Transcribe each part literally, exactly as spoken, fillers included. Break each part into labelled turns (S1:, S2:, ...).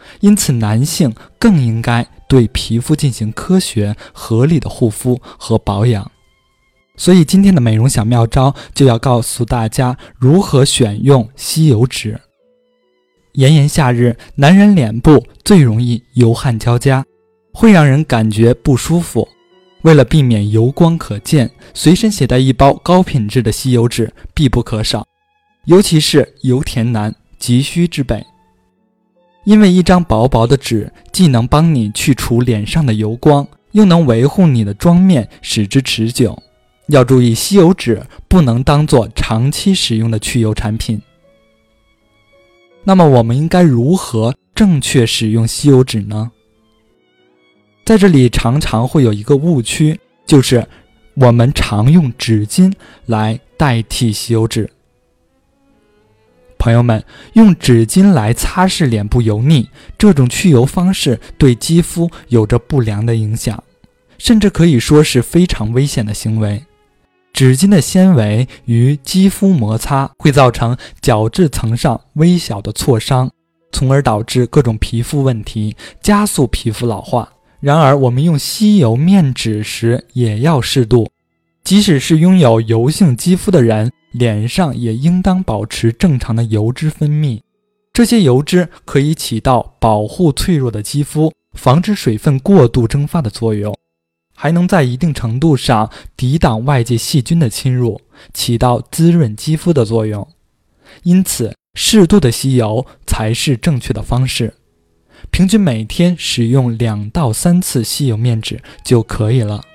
S1: 因此男性更应该对皮肤进行科学合理的护肤和保养。所以今天的美容小妙招就要告诉大家如何选用吸油纸。炎炎夏日，男人脸部最容易油汗交加，会让人感觉不舒服。为了避免油光可见，随身携带一包高品质的吸油纸必不可少，尤其是油田男急需之备。因为一张薄薄的纸既能帮你去除脸上的油光，又能维护你的妆面使之持久。要注意，吸油纸不能当作长期使用的去油产品。那么我们应该如何正确使用吸油纸呢？在这里常常会有一个误区，就是我们常用纸巾来代替吸油纸。朋友们，用纸巾来擦拭脸部油腻，这种去油方式对肌肤有着不良的影响，甚至可以说是非常危险的行为。纸巾的纤维与肌肤摩擦会造成角质层上微小的挫伤，从而导致各种皮肤问题，加速皮肤老化。然而我们用吸油面纸时也要适度，即使是拥有油性肌肤的人，脸上也应当保持正常的油脂分泌。这些油脂可以起到保护脆弱的肌肤，防止水分过度蒸发的作用，还能在一定程度上抵挡外界细菌的侵入，起到滋润肌肤的作用。因此，适度的吸油才是正确的方式。平均每天使用两到三次吸油面纸就可以了。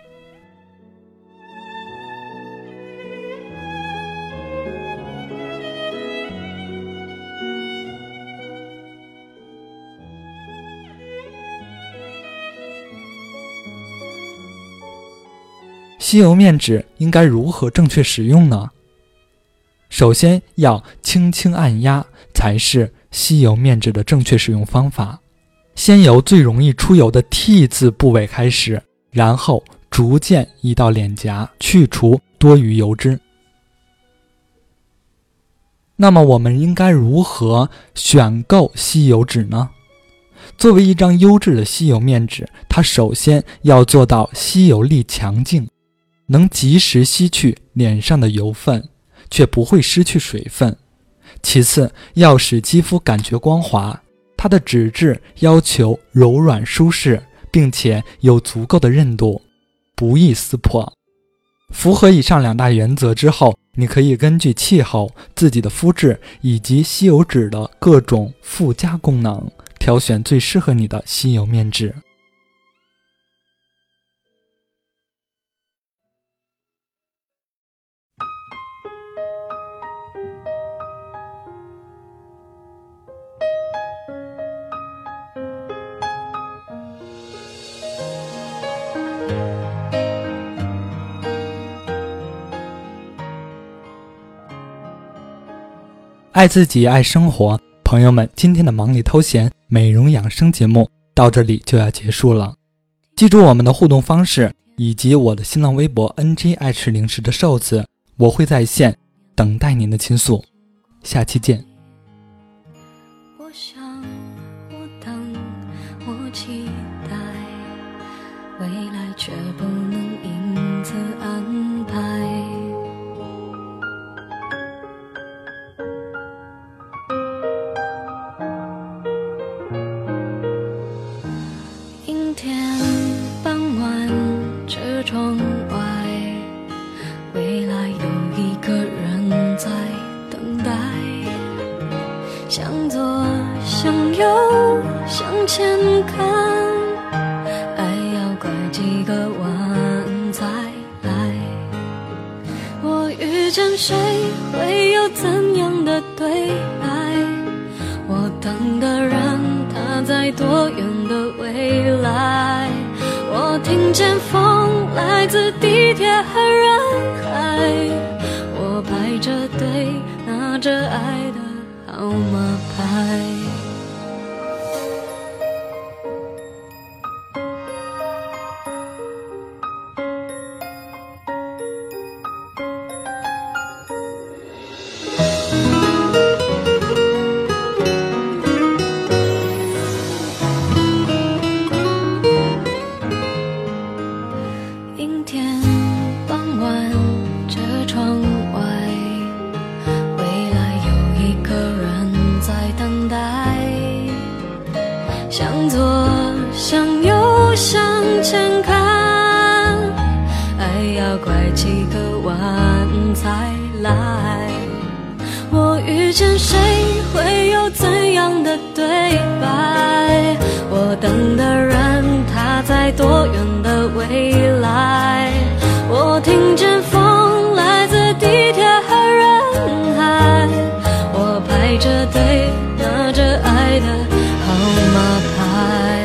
S1: 吸油面纸应该如何正确使用呢？首先要轻轻按压，才是吸油面纸的正确使用方法。先由最容易出油的 T 字部位开始，然后逐渐移到脸颊，去除多余油脂。那么我们应该如何选购吸油纸呢？作为一张优质的吸油面纸，它首先要做到吸油力强劲，能及时吸去脸上的油分，却不会失去水分。其次，要使肌肤感觉光滑，它的纸质要求柔软舒适，并且有足够的韧度，不易撕破。符合以上两大原则之后，你可以根据气候、自己的肤质以及吸油纸的各种附加功能，挑选最适合你的吸油面纸。爱自己，爱生活。朋友们，今天的忙里偷闲美容养生节目到这里就要结束了。记住我们的互动方式以及我的新浪微博 N J 爱吃零食的瘦子，我会在线等待您的倾诉。下期见。
S2: 我想，我等，我期待，未来却不能因此安排。阴天傍晚，车窗外，未来有一个人在等待。向左，向右，向前看，爱要拐几个弯才来。我遇见谁，会有怎样的对白？我等的人，他在多远的未来？我听见风来自地铁和人海，我排着队，拿着爱的号码牌。 向左向右向前看，爱要拐几个弯才来。我遇见谁会有怎样的对白？我等的人他在多远的未来？我听见风来自地铁和人海，我排着队拿着爱的号码牌。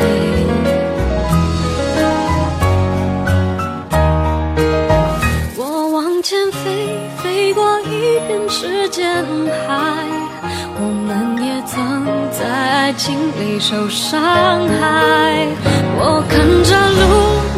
S2: 我往前飞，飞过一片时间海，我们也曾在爱情里受伤害。我看着路